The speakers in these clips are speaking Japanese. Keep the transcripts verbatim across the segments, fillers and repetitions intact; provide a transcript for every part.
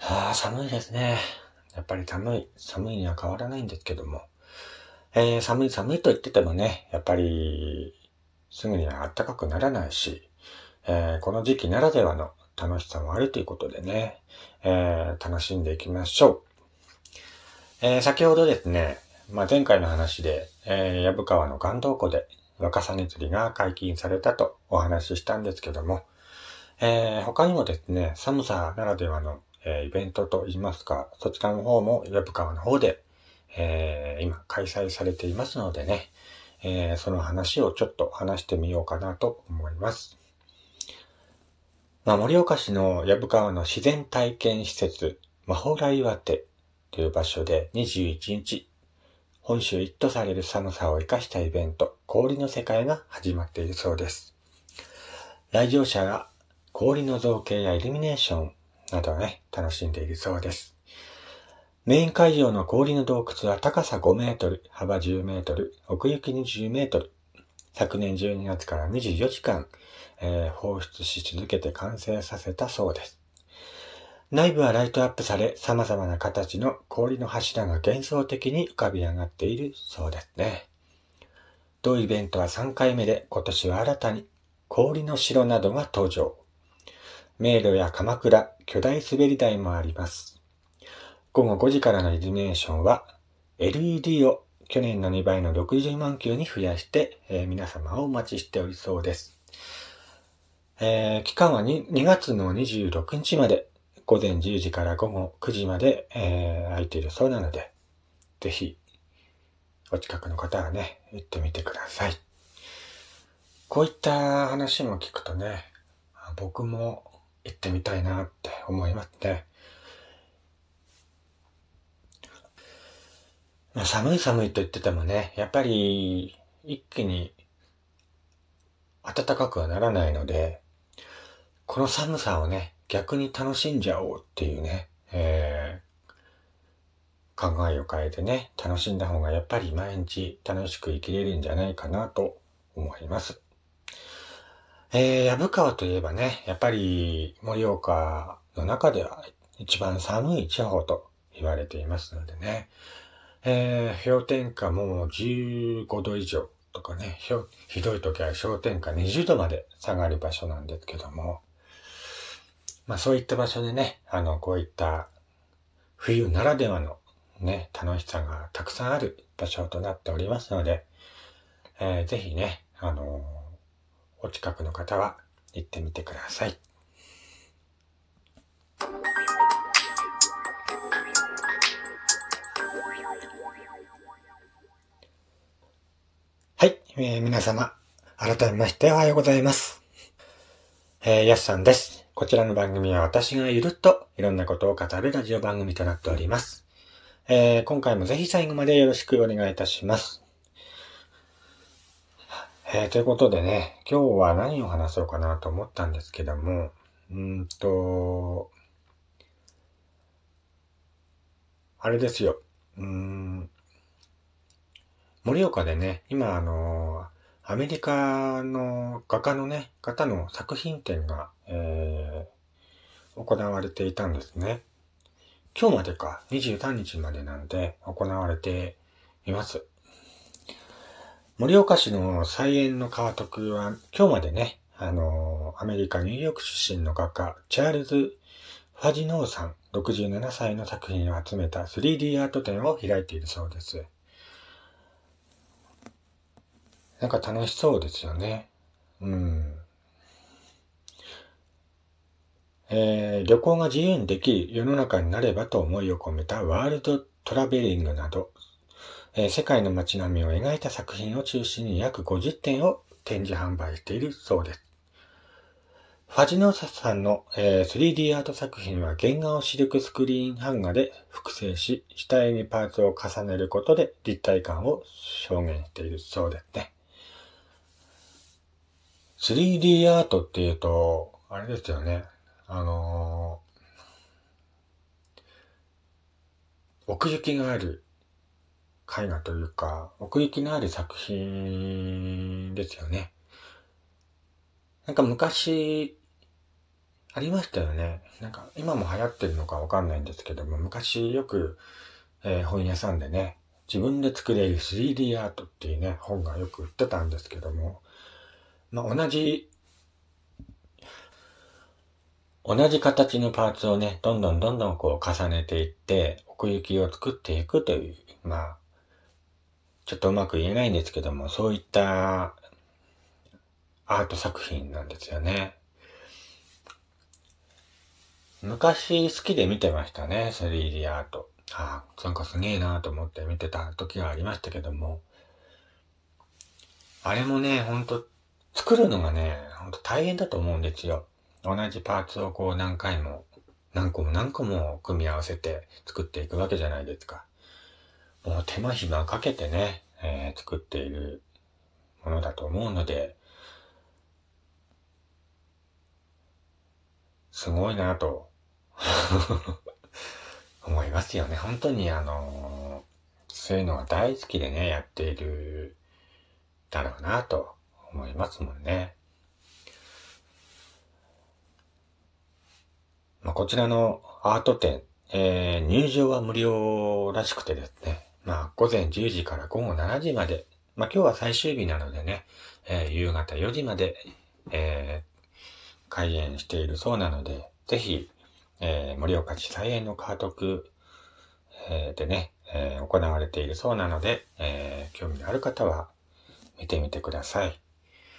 ああ、寒いですね。やっぱり寒い。寒いには変わらないんですけども。えー、寒い寒いと言っててもね、やっぱり、すぐには暖かくならないし、えー、この時期ならではの楽しさもあるということでね、えー、楽しんでいきましょう。えー、先ほどですね、まあ、前回の話で、えー、薮川の岩洞湖で若桜釣りが解禁されたとお話ししたんですけども、えー、他にもですね、寒さならではの、えーイベントといいますか、そちらの方も薮川の方で、えー今開催されていますのでね、えーその話をちょっと話してみようかなと思います。まあ、盛岡市の薮川の自然体験施設、まほら岩手という場所でにじゅういちにち、本州一とされる寒さを生かしたイベント、氷の世界が始まっているそうです。来場者が氷の造形やイルミネーションなどをね、楽しんでいるそうです。メイン会場の氷の洞窟は高さごメートル、幅じゅうメートル、奥行きにじゅうメートル。昨年じゅうにがつからにじゅうよじかん、えー放出し続けて完成させたそうです。内部はライトアップされ、様々な形の氷の柱が幻想的に浮かび上がっているそうですね。同イベントはさんかいめで、今年は新たに氷の城などが登場。迷路や鎌倉、巨大滑り台もあります。ごごごじからのイルミネーションは エルイーディー を去年のにばいのろくじゅうまんきゅうに増やして、えー皆様をお待ちしておりそうです。えー期間は 2, 2月のにじゅうろくにちまで、午前じゅうじから午後くじまで、えー空いているそうなので、ぜひお近くの方はね、行ってみてください。こういった話も聞くとね、僕も行ってみたいなって思いますね。まあ、寒い寒いと言っててもね、やっぱり一気に暖かくはならないので、この寒さをね、逆に楽しんじゃおうっていうね、えー、考えを変えてね、楽しんだ方がやっぱり毎日楽しく生きれるんじゃないかなと思います。えー、薮川といえばね、やっぱり盛岡の中では一番寒い地方と言われていますのでね、えー、氷点下もじゅうごど以上とかね、ひどい時は氷点下にじゅうどまで下がる場所なんですけども、まあそういった場所でね、あの、こういった冬ならではのね、楽しさがたくさんある場所となっておりますので、えー、ぜひね、あのー、お近くの方は行ってみてください。はい、えー、皆様、改めましておはようございます。えー、やすさんです。こちらの番組は私がゆるっといろんなことを語るラジオ番組となっております。えー、今回もぜひ最後までよろしくお願いいたします。えー、ということでね、今日は何を話そうかなと思ったんですけども、うーんと、あれですよ。うーん、盛岡でね、今あの、アメリカの画家のね、方の作品展が、えー、行われていたんですね。今日までか、にじゅうさんにちまでなんで行われています。盛岡市の菜園の川徳は今日までね、あの、アメリカ・ニューヨーク出身の画家、チャールズ・ファジノーさん、ろくじゅうななさいの作品を集めた スリーディー アート展を開いているそうです。なんか楽しそうですよね。うん。えー、旅行が自由にできる世の中になればと思いを込めたワールドトラベリングなど、えー世界の街並みを描いた作品を中心に約ごじゅってんを展示販売しているそうです。ファジノーサさんの、えー スリーディー アート作品は原画をシルクスクリーン版画で複製し、下絵にパーツを重ねることで立体感を表現しているそうですね。スリーディー アートっていうと、あれですよね。あのー奥行きがある絵画というか、奥行きのある作品ですよね。なんか昔、 ありましたよね。なんか今も流行ってるのかわかんないんですけども、昔よく、えー本屋さんでね、自分で作れる スリーディー アートっていうね、本がよく売ってたんですけども、まあ同じ、同じ形のパーツをね、どんどんどんどんこう重ねていって、奥行きを作っていくという、まあ、ちょっとうまく言えないんですけども、そういったアート作品なんですよね。昔好きで見てましたね、スリーディー アート。ああ、なんかすげえなと思って見てた時がありましたけども、あれもね、ほんと、作るのがね、ほんと大変だと思うんですよ。同じパーツをこう何回も、何個も何個も組み合わせて作っていくわけじゃないですか。もう手間暇かけてね、えー作っているものだと思うので、すごいなと思いますよね。本当にあの、そういうのが大好きでね、やっているだろうなと思いますもんね。まあ、こちらのアート展、えー入場は無料らしくてですね、まあ、午前じゅうじから午後しちじまで、まあ、今日は最終日なのでね、えー夕方よじまで、えー開演しているそうなので、ぜひ、えー盛岡市菜園のカート区、えーでね、えー行われているそうなので、えー興味のある方は見てみてください。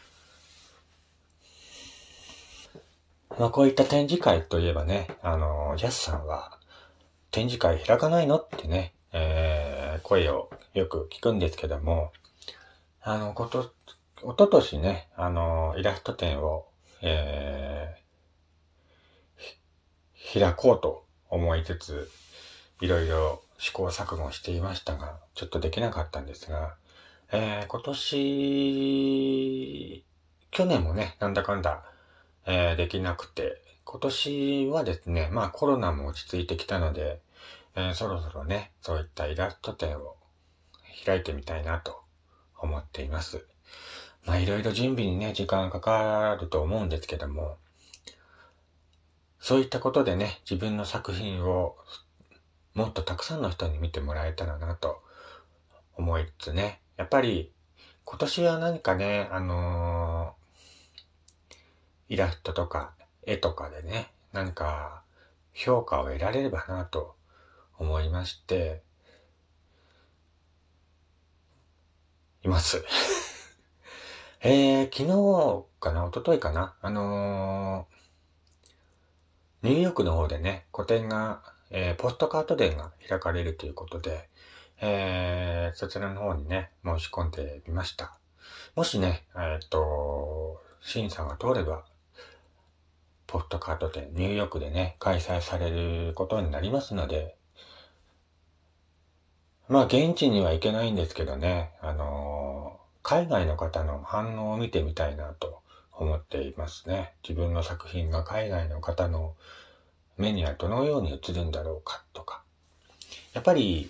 まあ、こういった展示会といえばね、あの、ジャスさんは展示会開かないのってね、えー声をよく聞くんですけども、あの、こと、おととしね、あの、イラスト展を、えー開こうと思いつつ、いろいろ試行錯誤していましたが、ちょっとできなかったんですが、えー今年、去年もね、なんだかんだ、えーできなくて、今年はですね、まあコロナも落ち着いてきたので、えーそろそろね、そういったイラスト展を開いてみたいなと思っています。まあいろいろ準備にね、時間かかると思うんですけども、そういったことでね、自分の作品をもっとたくさんの人に見てもらえたらなと思いつつね、やっぱり今年は何かね、あのーイラストとか絵とかでね、何か評価を得られればなと思いまして、います。えー、昨日かな、一昨日かな、あのーニューヨークの方でね、個展が、えー、ポストカート展が開かれるということで、えー、そちらの方にね、申し込んでみました。もしね、えっと、審査が通れば、ポストカート展、ニューヨークでね、開催されることになりますので、まあ現地には行けないんですけどね、あのー海外の方の反応を見てみたいなと思っていますね。自分の作品が海外の方の目にはどのように映るんだろうかとか。やっぱり、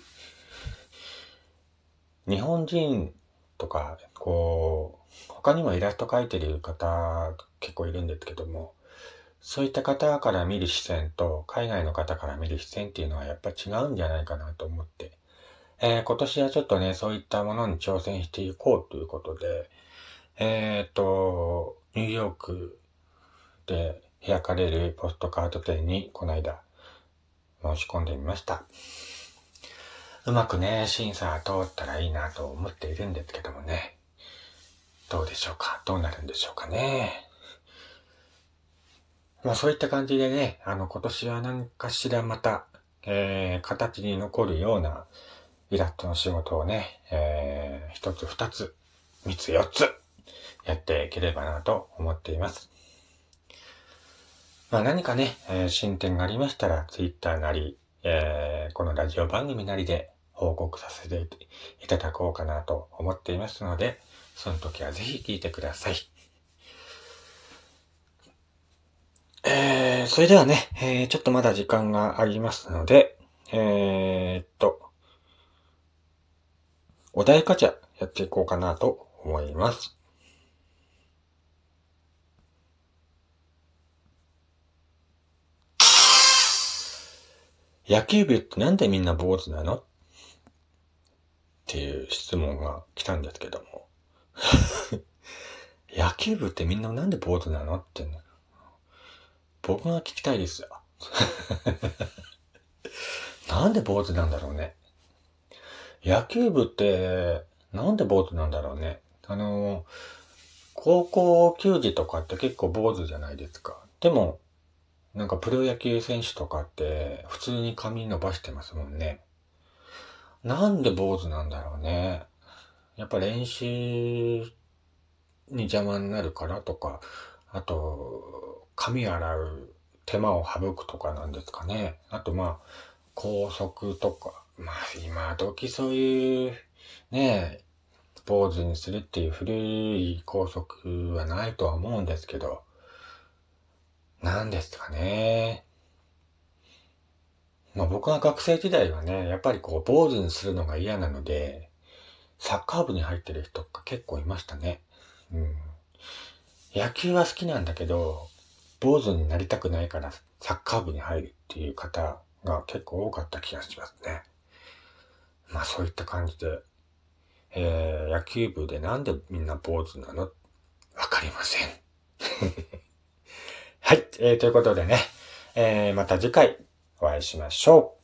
日本人とか、こう、他にもイラスト描いてる方結構いるんですけども、そういった方から見る視線と海外の方から見る視線っていうのはやっぱ違うんじゃないかなと思って、えー今年はちょっとね、そういったものに挑戦していこうということで、えっと、ニューヨークで開かれるポストカード展にこの間申し込んでみました。うまくね、審査が通ったらいいなと思っているんですけどもね。どうでしょうか？どうなるんでしょうかね。まあそういった感じでね、あの今年は何かしらまた、えー、形に残るようなイラストの仕事をね、えー、一つ二つ、三つ四つやっていければなと思っています。まあ何かね、えー進展がありましたら、ツイッターなり、えーこのラジオ番組なりで報告させていただこうかなと思っていますので、その時はぜひ聞いてください。えー、それではね、えーちょっとまだ時間がありますので、えーっと、お題ガチャやっていこうかなと思います。 野球部ってなんでみんな坊主なのっていう質問が来たんですけども。野球部ってみんななんで坊主なのって、ね、僕が聞きたいですよ。なんで坊主なんだろうね。野球部ってなんで坊主なんだろうね。あの、高校球児とかって結構坊主じゃないですか。でも、なんかプロ野球選手とかって普通に髪伸ばしてますもんね。なんで坊主なんだろうね。やっぱ練習に邪魔になるからとか、あと、髪洗う手間を省くとかなんですかね。あとまあ、校則とか。まあ今時そういう、ねえ、坊主にするっていう古い校則はないとは思うんですけど、なんですかね。まあ僕が学生時代はね、やっぱりこう坊主にするのが嫌なので、サッカー部に入ってる人が結構いましたね。うん。野球は好きなんだけど、坊主になりたくないからサッカー部に入るっていう方が結構多かった気がしますね。まあそういった感じで、えー、野球部でなんでみんな坊主なのわかりません。はい、えー、ということでね、えー、また次回お会いしましょう。